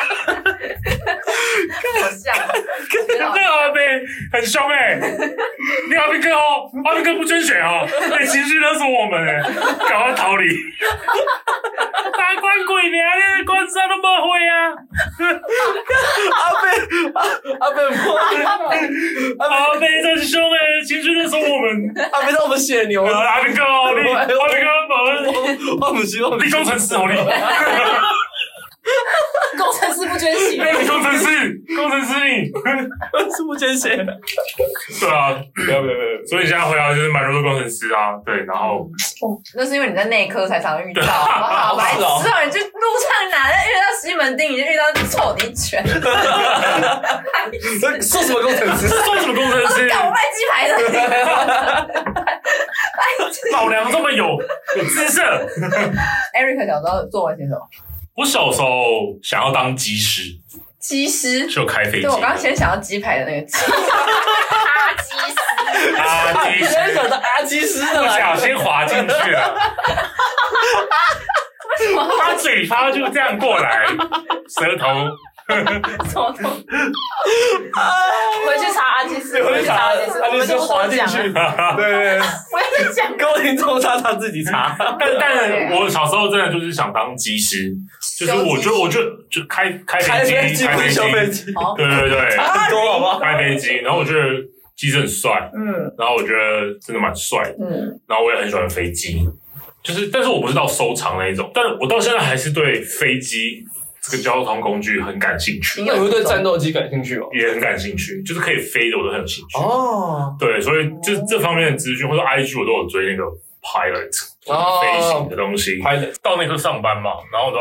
跟我像， 那个阿斌很凶哎、欸，你阿斌哥哦，阿斌哥不捐血哦，哎、欸，情绪勒索我们哎、欸，赶快逃离。打官鬼名，你官啥都没会啊！ 阿贝阿阿贝阿贝真凶诶，情绪勒索我们。 阿贝让我们血牛， 阿贝哥，你阿贝哥， 我我们希望你工程师哦你。 工程师不捐血， 你工程师，工程师你是不捐血。 对啊， 不要不要不要！ 所以现在回来就是蛮多工程师啊，对，然后、 哦、那是因为你在内科才常遇到，好白痴哦！你就路上哪遇到西门町，你就遇到臭你一拳。 说什么工程师？ 说什么工程师？ 搞卖鸡排的。 老娘这么有有姿色。 Eric 小时候作文写什么？ 我小时候想要当机师， 机师就开飞机。 对，我刚刚先想要鸡排的那个鸡，阿基师， 阿基师， 先想到阿基师， 不小心滑进去了。 为什么？ 他嘴巴就这样过来，舌头。 什么头？ 回去查阿基斯，回去查阿基斯， 阿基斯滑进去。对对， 我也是讲， 各位听众查他自己查。 但但我小时候真的就是想当机师，就是我就我就就开开飞机，开飞机， 飞机， 对对对， 很多好不好？ 开飞机，然后我觉得机师很帅， 嗯， 然后我觉得真的蛮帅， 嗯， 然后我也很喜欢飞机，就是但是我不是到收藏那一种，但我到现在还是对飞机。这个交通工具很感兴趣， 那你会对战斗机感兴趣吗？ 也很感兴趣，就是可以飞的我都很有兴趣。 哦， 对，所以就是这方面的资讯或者 I G 我都有追那个 pilot， 哦， 飞行的东西。 pilot 到那科上班嘛，然后我都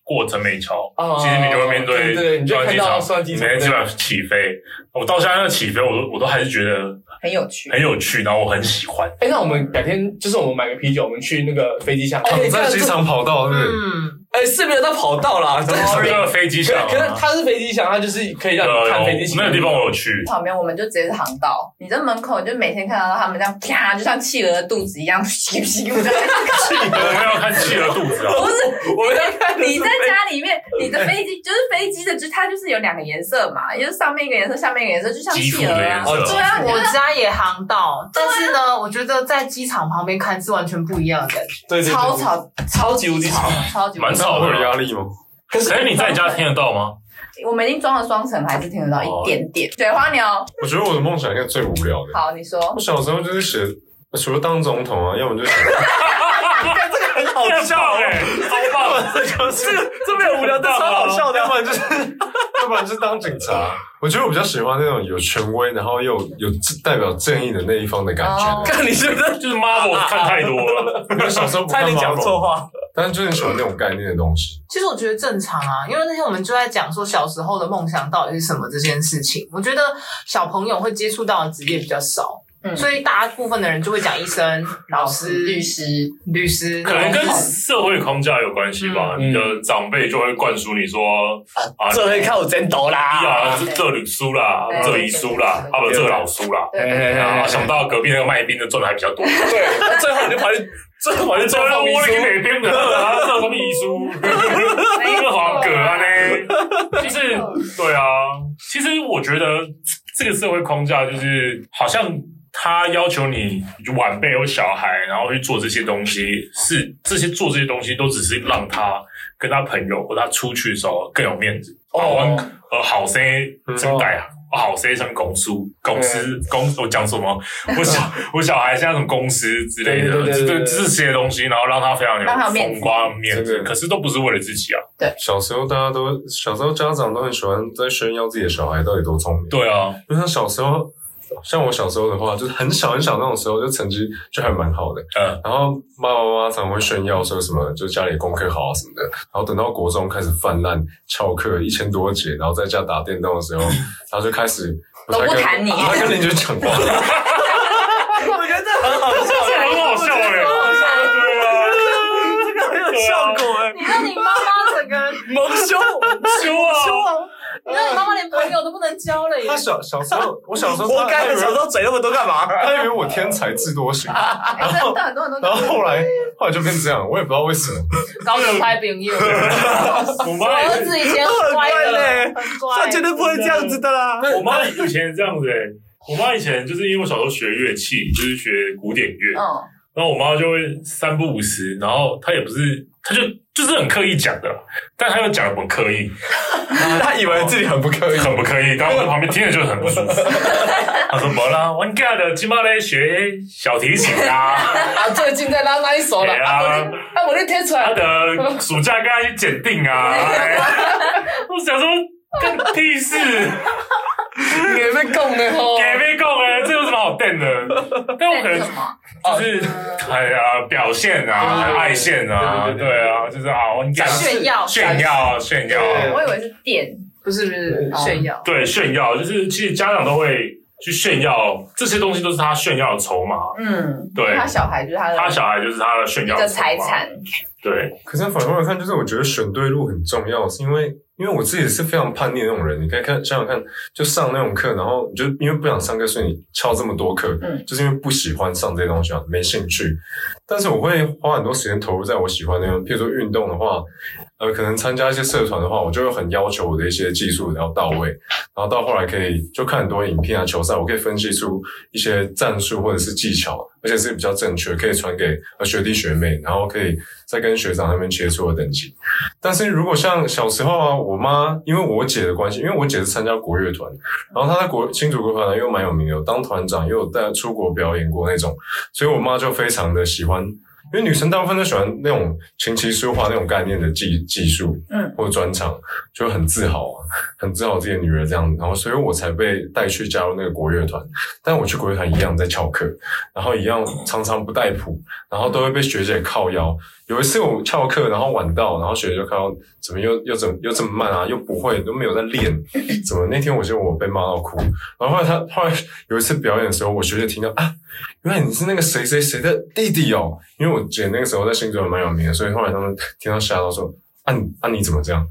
过陈美桥， 哦其实你就会面对对对，你就看到双机场， 每天基本上起飞。我到现在那个起飞，我都我都还是觉得很有趣， 很有趣，然后我很喜欢。 哎，那我们改天就是我们买个啤酒，我们去那个飞机场， 躺在机场跑道，对不对？ 嗯， 哎，是没有到跑道啦， 这个飞机场， 可是它是飞机场，它就是可以让你看飞机起飞。 那个地方我有去， 旁边我们就直接是航道，你在门口就每天看到他们这样啪，就像企鹅的肚子一样，屁屁屁。 企鹅，我们要看企鹅肚子啊！ 不是， 我们要看你在家里面，你的飞机就是飞机的，就它就是有两个颜色嘛，也就是上面一个颜色，下面一个颜色，就像企鹅啊。对啊， 我家也航道，但是呢，我觉得在机场旁边看是完全不一样的感觉。 对对， 超吵， 超级无敌吵， 超级蛮吵的， 会有压力吗？ 可是， 可是你在家听得到吗？ 我们已经装了双层，还是听得到一点点。水花牛， 我觉得我的梦想应该最无聊的。 好，你说。 我小时候就是写，除了当总统啊，要么就写。 看这个很好笑哎， 超棒！ 这个这个这没有无聊，这超好笑的。 要不然就是，要不然就是当警察。我觉得我比较喜欢那种有权威，然后又有代表正义的那一方的感觉。 看你是不是就是 Marvel 看太多了？ 因为小时候不看 Marvel， 讲错话， 但是就是喜欢那种概念的东西。 其实我觉得正常啊，因为那天我们就在讲说小时候的梦想到底是什么这件事情。我觉得小朋友会接触到的职业比较少。嗯，所以大部分的人就会讲医生、老师、 律师、 律师， 可能跟社会框架有关系吧。 嗯、 你的长辈就会灌输你说啊，这会靠真斗啦， 啊，这这里输啦，这里输啦，啊不，这个老输啦。 然后想到隔壁那个卖冰的赚的还比较多。 对，最后你就跑去，最后跑去做我那个卖冰的，啊，这什么遗书？那个黄格啊呢？就是对啊，其实我觉得这个社会框架就是好像。他要求你晚辈有小孩，然后去做这些东西，是这些做这些东西都只是让他跟他朋友或他出去的时候更有面子。哦，呃，好生什么带啊？好生什么公司公司公，我讲什么？我小我小孩像什么公司之类的，对这些东西，然后让他非常有风光面子，可是都不是为了自己啊。 对， 小时候大家都小时候家长都很喜欢在炫耀自己的小孩到底多聪明。 对啊， 因为他小时候。像我小时候的话，就是很小很小那种时候，就成绩就还蛮好的。嗯，然后爸爸妈妈常会炫耀说什么，就家里功课好啊什么的。然后等到国中开始泛滥翘课一千多节，然后在家打电动的时候，然后就开始都不谈你， 他跟邻居讲话。 我觉得这很好笑， 这很好笑哎，对啊， 这个很有效果哎。 你让你妈妈整个蒙羞羞啊！ 你让你妈妈连朋友都不能交了耶！ 他小小时候，我小时候， 活该！小时候嘴那么多干嘛？ 他以为我天才智多星，然后很多很多， 然后后来后来就变这样，我也不知道为什么。 高手拍朋友， 我妈儿子以前很乖的，很乖， 他绝对不会这样子的啦。 我妈以前这样子诶，我妈以前就是因为我小时候学乐器，就是学古典乐，嗯，然后我妈就会三不五时，然后她也不是，她就就是很刻意讲的，但她又讲得很刻意。 他以为自己很不刻意， 很不刻意，然后我在旁边听着就很不舒服。他说：“没啦，我家的今嘛在学小提琴啊， 啊，最近在拉那一首了，啊，啊，我那贴出来， 他的暑假跟他去检定啊。我想说，干屁事！ 你也被供的吼， 也被供的，这有什么好垫的？但我可能就是哎呀，表现啊，爱现啊，对啊，就是啊，我炫耀， 炫耀，炫耀。 我以为是垫， 不是不是炫耀， 对，炫耀就是其实家长都会去炫耀，这些东西都是他炫耀的筹码。嗯，对， 他小孩就是他的， 他小孩就是他的炫耀的财产。 对， 可是反过来看，就是我觉得选对路很重要，是因为因为我自己是非常叛逆的那种人。你可以看想想看，就上那种课，然后你就因为不想上课，所以你翘这么多课，嗯，就是因为不喜欢上这些东西，没兴趣。但是我会花很多时间投入在我喜欢的，譬如说运动的话，呃，可能参加一些社团的话，我就会很要求我的一些技术要到位，然后到后来可以就看很多影片啊，球赛，我可以分析出一些战术或者是技巧，而且是比较正确，可以传给呃学弟学妹，然后可以再跟学长那边切磋的等级。但是如果像小时候啊，我妈因为我姐的关系，因为我姐是参加国乐团，然后她在国新竹国乐团又蛮有名的，有当团长，又有带出国表演过那种，所以我妈就非常的喜欢。因为女生大部分都喜欢那种琴棋书画那种概念的技技术，嗯，或者专长，就很自豪啊，很自豪自己的女儿这样，然后所以我才被带去加入那个国乐团。但我去国乐团一样在翘课，然后一样常常不带谱，然后都会被学姐靠腰， 有一次我翘课，然后晚到，然后学姐就看到怎么又又怎么又这么慢啊，又不会，都没有在练，怎么那天我就我被骂到哭。然后后来他后来有一次表演的时候，我学姐听到啊，原来你是那个谁谁谁的弟弟哦，因为我姐那个时候在新竹蛮有名的，所以后来他们听到吓到说啊你啊你怎么这样？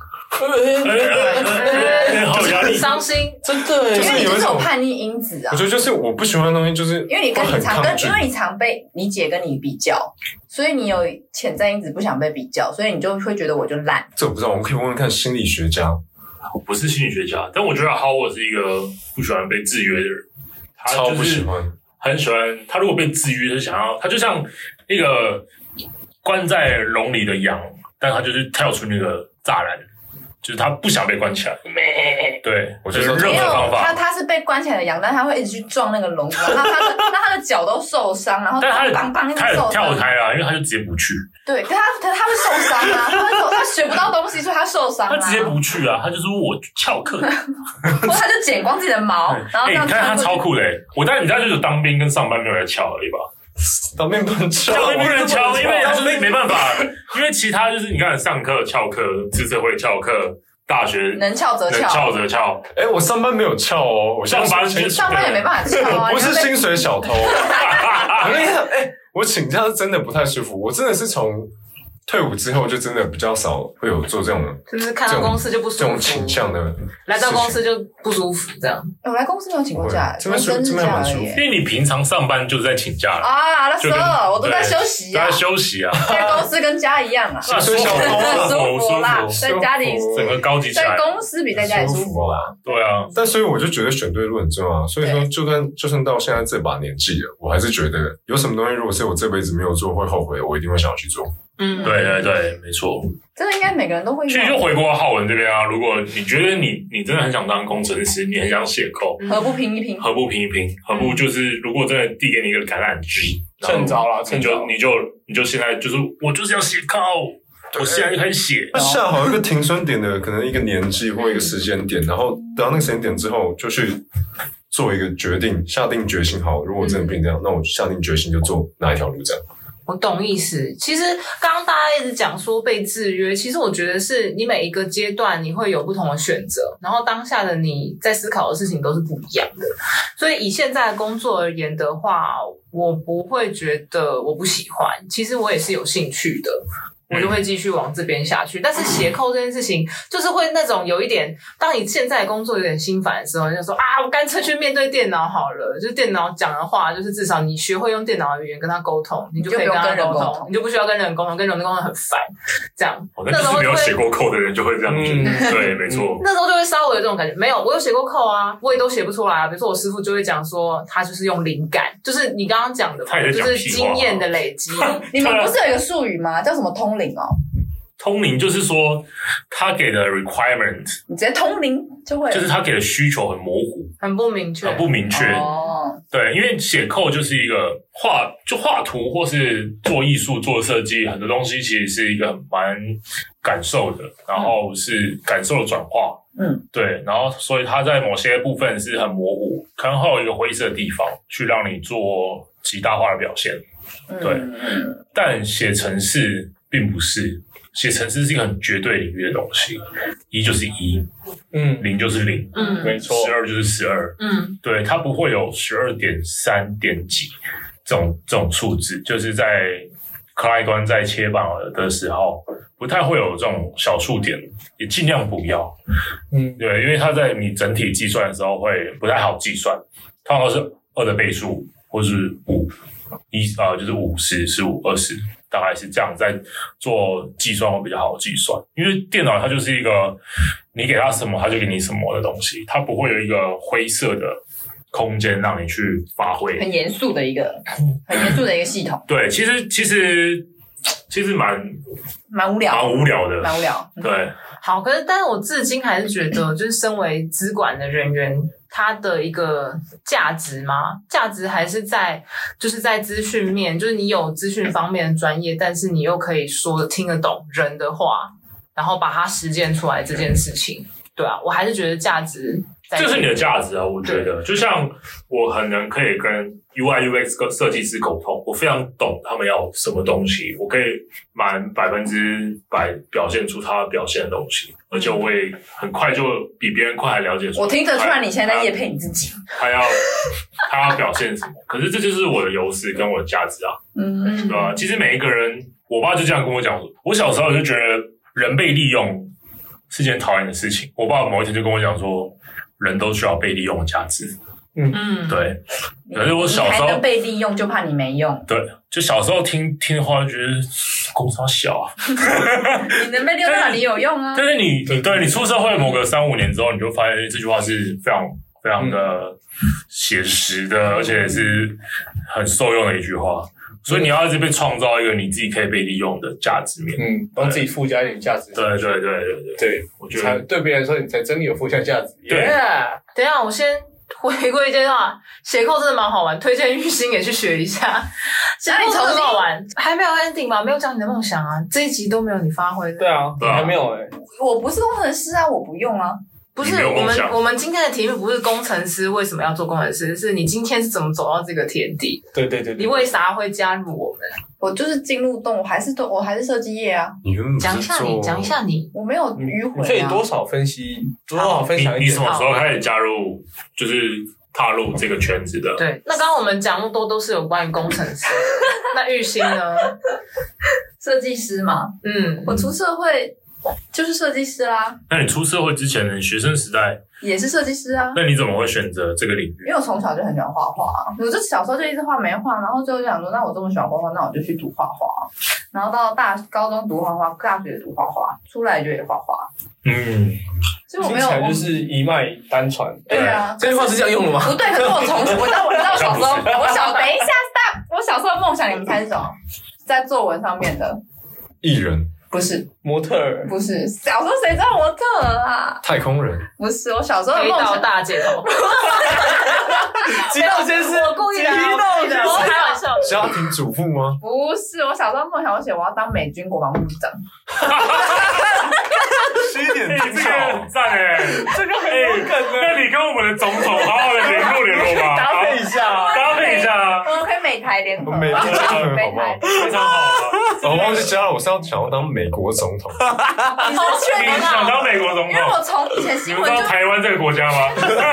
好压力， 伤心， 真的耶， 因为你就是有种叛逆因子啊我。觉得就是我不喜欢的东西，就是因为你跟你常跟， 会很抗拒因为你常被你姐跟你比较，所以你有潜在因子不想被比较，所以你就会觉得我就烂。 这我不知道，我们可以问问看心理学家。 我不是心理学家，但我觉得 Howard 是一个不喜欢被制约的人，他超就是不喜欢， 很喜欢。他如果被制约，就想要他就像一个关在笼里的羊，但他就是跳出那个栅栏。就是他不想被关起来，对， 我觉得任没有何方法， 他他是被关起来的羊，但他会一直去撞那个笼子，然后他的那他的脚都受伤，然后但他的邦邦他也受伤。 跳开了，因为他就直接不去， 对，可他他他会受伤啊，他会受他学不到东西，所以他受伤啊。 他直接不去啊，他就说我翘课， 或者他就剪光自己的毛，然后哎、 这样你看他穿过去超酷的、欸，我在你家就是当兵跟上班没有在翘而已吧。 当面不能翘， 当兵不能翘，因为他就是没办法，因为其他就是你看上课翘课，自测会翘课。大学能翘则能翘， 翘则翘。 哎、欸，我上班没有翘哦，我上班请上班也没办法翘啊。 我不是你会被薪水小偷。我跟你讲，哎，我请假是真的不太舒服，我真的是从退伍之后就真的比较少会有做这种， 就是看到公司就不舒服， 这种倾向的， 来到公司就不舒服，这样。 我来公司没有请过假， 这边生日假而已。 因为你平常上班就是在请假了啊，那时候候我都在休息啊， 都在休息啊， 在公司跟家一样啊， 那舒服舒服啦，在家里整个高级起来， 在公司比在家里舒服啊。 对啊， 但所以我就觉得选对路很重要。所以说，就算就算到现在这把年纪了，我还是觉得有什么东西，如果是我这辈子没有做会后悔，我一定会想要去做。 嗯， 对对对，没错。 这个应该每个人都会。 其实就回过浩文这边啊，如果你觉得你你真的很想当工程师，你很想写扣， 何不拼一拼？ 何不拼一拼？何不就是如果真的递给你一个橄榄枝， 趁早啦， 你就趁早。 你就你就现在就是我就是要写扣，我现在就开始写。 那下好一个停损点的可能一个年纪或一个时间点，然后得到那个时间点之后，就去做一个决定，下定决心。好，如果真的变这样，那我下定决心就做哪一条路这样。 我懂意思。其实刚刚大家一直讲说被制约，其实我觉得是你每一个阶段你会有不同的选择，然后当下的你在思考的事情都是不一样的。所以以现在的工作而言的话，我不会觉得我不喜欢，其实我也是有兴趣的。我就会继续往这边下去，但是斜扣这件事情，就是会那种有一点，当你现在工作有点心烦的时候，你就说啊，我干脆去面对电脑好了。就是电脑讲的话，就是至少你学会用电脑的语言跟他沟通，你就可以跟他沟通，你就不需要跟人沟通，跟人沟通很烦。这样， 哦、那就是没有写过扣的人就会这样觉得，嗯、对，没错。 那时候就会稍微有这种感觉，没有，我有写过扣啊，我也都写不出来啊。比如说我师傅就会讲说，他就是用灵感，就是你刚刚讲的嘛，就是经验的累积。 你们不是有一个术语吗？叫什么通灵哦？ 通灵就是说，他给的 requirement， 你直接通灵就会， 就是他给的需求很模糊， 很不明确， 很不明确。 哦， 对，因为写扣就是一个画，就画图或是做艺术、做设计，很多东西其实是一个蛮感受的，然后是感受的转化。 嗯， 对，然后所以它在某些部分是很模糊，可能会有一个灰色的地方，去让你做极大化的表现。对， 嗯、 但写程式并不是。写程式是一个很绝对领域的东西，一就是一， 嗯， 零就是零， 嗯， 没错， 十二就是十二， 嗯， 对，它不会有十二点三点几这种这种数字，就是在 client 端在切板的时候，不太会有这种小数点，也尽量不要， 嗯， 对，因为它在你整体计算的时候会不太好计算，通常都是二的倍数或是五，一啊、呃、就是五十、十五、二十。大概是这样，在做计算会比较好计算，因为电脑它就是一个你给它什么，它就给你什么的东西，它不会有一个灰色的空间让你去发挥。 很严肃的一个，很严肃的一个系统。 对，其实其实其实蛮蛮无聊， 蛮无聊的， 蛮无聊。 对， 好，可是但是我至今还是觉得，就是身为资管的人员。它的一个价值吗？价值还是在，就是在资讯面，就是你有资讯方面的专业，但是你又可以说听得懂人的话，然后把它实践出来这件事情。对啊，我还是觉得价值这是你的价值啊，我觉得。就像我很能可以跟 U I U X 跟设计师沟通，我非常懂他们要什么东西，我可以满百分之百表现出他表现的东西，而且我也很快就比别人快还了解说。 我听得出来你现在在业配你自己。 他要他要表现什么？可是这就是我的优势跟我的价值啊， 嗯， 对吧？其实每一个人，我爸就这样跟我讲，我小时候就觉得人被利用是件讨厌的事情。我爸某一天就跟我讲说，人都需要被利用的价值。 嗯， 对。可是我小时候你还能被利用，就怕你没用。 对，就小时候听听的话，就觉得公司好小啊。 你能被利用到你有用啊。 但是你你对你出社会某个三五年之后，你就发现这句话是非常非常的写实的，而且是很受用的一句话。所以你要一直被创造一个你自己可以被利用的价值面， 嗯，帮自己附加一点价值。 对对对对对， 对， 我觉得对别人说你才真的有附加价值。 对 yeah 等一下，我先回归一句话，斜扣真的蛮好玩，推荐玉兴也去学一下。斜扣真的很好玩，还没有 ending 吧？没有讲你的梦想啊，这一集都没有你发挥的。 对啊， 对啊还没有哎、 我不是工程师啊，我不用啊。 不是你没有我们梦想我们今天的题目不是工程师为什么要做工程师，是你今天是怎么走到这个田地？ 对对对对， 你为啥会加入我们？ 我就是进入动，我还是都我还是设计业啊。 你原本不是讲一下你， 做讲一下你。 我没有迂你回啊。 可以多少分析，多少分享一点。 你你什么时候开始加入，就是踏入这个圈子的？ 对，那刚刚我们讲那么多都是有关于工程师，那玉兴呢？ 设计师嘛， 嗯， 我出社会就是设计师啦， 那你出社会之前，你学生时代， 也是设计师啊。 那你怎么会选择这个领域？ 因为我从小就很喜欢画画啊，我就小时候就一直画没画，然后最后就想说，那我这么喜欢画画，那我就去读画画。然后到大高中读画画，大学读画画，出来就也画画。 嗯， 所以我没有， 听起来就是一脉单传。 对啊， 这句话是这样用的吗？ 不对，可是我从我知道我知道我小时候，我小等一下，大我小时候的梦想，你们猜是什么？在作文上面的， 艺人、 不是模特儿， 不是，小时候谁知道模特儿啊？ 太空人， 不是，我小时候的黑道梦想。 大姐头， 激动先生， 我故意的，我故意的，我开玩笑。 家庭主妇吗？ 不是，我小时候梦想，我写我要当美军国防部长。 是一点哎，这个很赞哎， 这个很有梗的。 那你跟我们的总统好好的联络联络吧， 搭配一下啊， 搭配一下啊， 我们可以美台联合， 美台联合美台。 非常好啊。 我忘记加了，我是要想要当美国总统。 你是确你定啊？ 想当美国总统？ 因为我从以前你们知道新闻就台湾这个国家吗？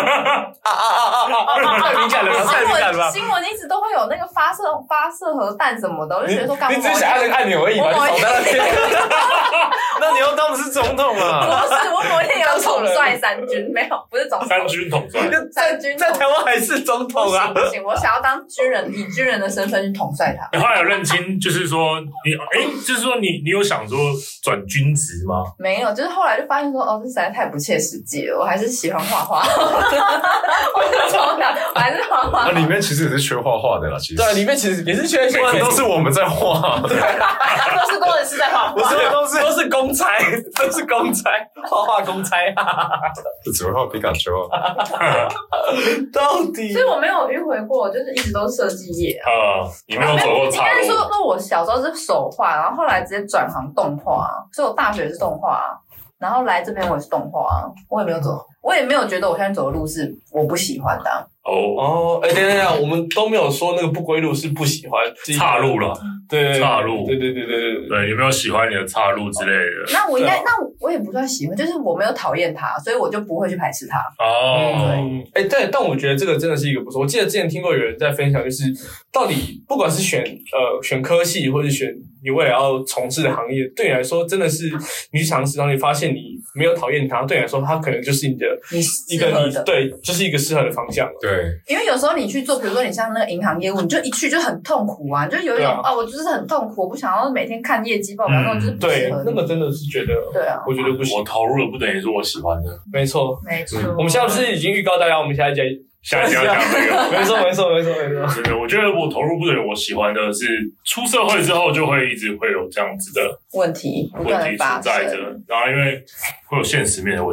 太敏感了吧，太敏感了吧。 新闻一直都会有那个发射发射核弹什么的，我就觉得说干嘛？ 你只是想按那个按钮而已嘛，你手在那边。 那你要当的是总统啊！ 不是，我某一天有统帅三军，没有，不是总统。 三军统帅。 三军在台湾还是总统啊？ 不行，我想要当军人，以军人的身份去统帅他。 你后来有认清，就是说你，哎，就是说你，你有想说转军职吗？ 没有，就是后来就发现说，哦，这实在太不切实际了。我还是喜欢画画，我就从小我还是画画。 啊，里面其实也是缺画画的啦，其实。 对，里面其实也是缺每次都是我们在画， 都是工程师在画不是画。 都是都是公差，都是公差，画画公差， 就只会画皮卡丘啊。 到底所以我没有迂回过，就是一直都是设计业啊。 呃，你没有走过应岔该说， 路。 那我小时候是手画，然后后来直接转行动画，所以我大学也是动画，然后来这边我也是动画，我也没有走，我也没有觉得我现在走的路是我不喜欢的啊。 哦， 哦，哎，等等等，我们都没有说那个不归路是不喜欢， 岔路了。 对， 岔路对对对对对对。 对，有没有喜欢你的岔路之类的？ 那我应该， 对啊那我也不算喜欢，就是我没有讨厌他，所以我就不会去排斥他。 哦， 嗯，哎，对，但我觉得这个真的是一个不错。我记得之前听过有人在分享，就是到底不管是选呃选科系，或是选你未来要从事的行业，对你来说真的是你去尝试，然后你发现你没有讨厌它，对你来说它可能就是你的你一个适合的， 你对，就是一个适合的方向了。 对， 因为有时候你去做，比如说你像那个银行业务，你就一去就很痛苦啊，你就有一种对啊啊、我就是很痛苦，我不想要每天看业绩报表， 嗯那种就是不适对合，你。 那个真的是觉得， 对啊， 我觉得不行我。投入了不等于是我喜欢的。 没错， 没错。 我们现在不是已经预告大家，我们下一节下一集要讲这个。 没错没错没错没错。 真的，我觉得我投入不等于我喜欢的是，出社会之后就会一直会有这样子的问题不问题断的发存在着生，， 然后因为会有现实面的问题。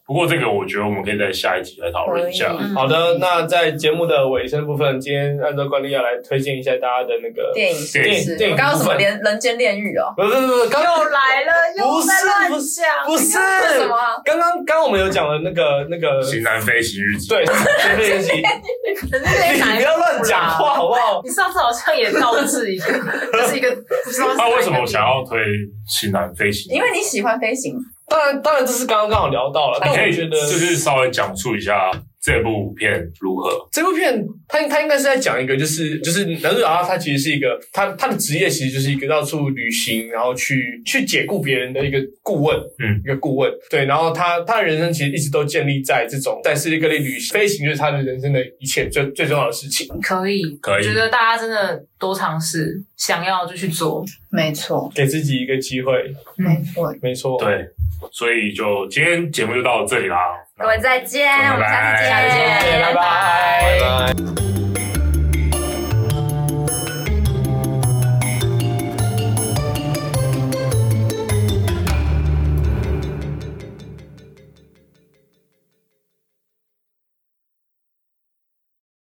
不过这个我觉得我们可以在下一集来讨论一下。 好的，那在节目的尾声部分，今天按照惯例要来推荐一下大家的那个电影电影电影刚刚什么连人间炼狱哦？ 不不不不，刚又来了，又在乱不是讲， 不是什么？ 刚刚刚刚我们有讲了那个那个型男飞行日记， 对，飞飞日记，你不要乱讲话好不好？ 你上次好像也倒置一个，就是一个不知道是哪一个。 他为什么想要推型男飞行？ 因为你喜欢飞行。 当然当然这是刚刚刚好聊到了，但我可以觉得就是稍微讲述一下这部片如何。 这部片他他应该是在讲一个就是就是男主角他他其实是一个他他的职业其实就是一个到处旅行，然后去去解雇别人的一个顾问， 嗯， 一个顾问。对，然后他他的人生其实一直都建立在这种在世界各地旅行飞行，就是他的人生的一切最最重要的事情。 可以， 可以， 觉得大家真的多尝试，想要就去做， 没错， 给自己一个机会， 没错， 没错， 对。所以就今天节目就到这里啦， 各位再见，我们下次见， 下次见， 拜拜，拜拜。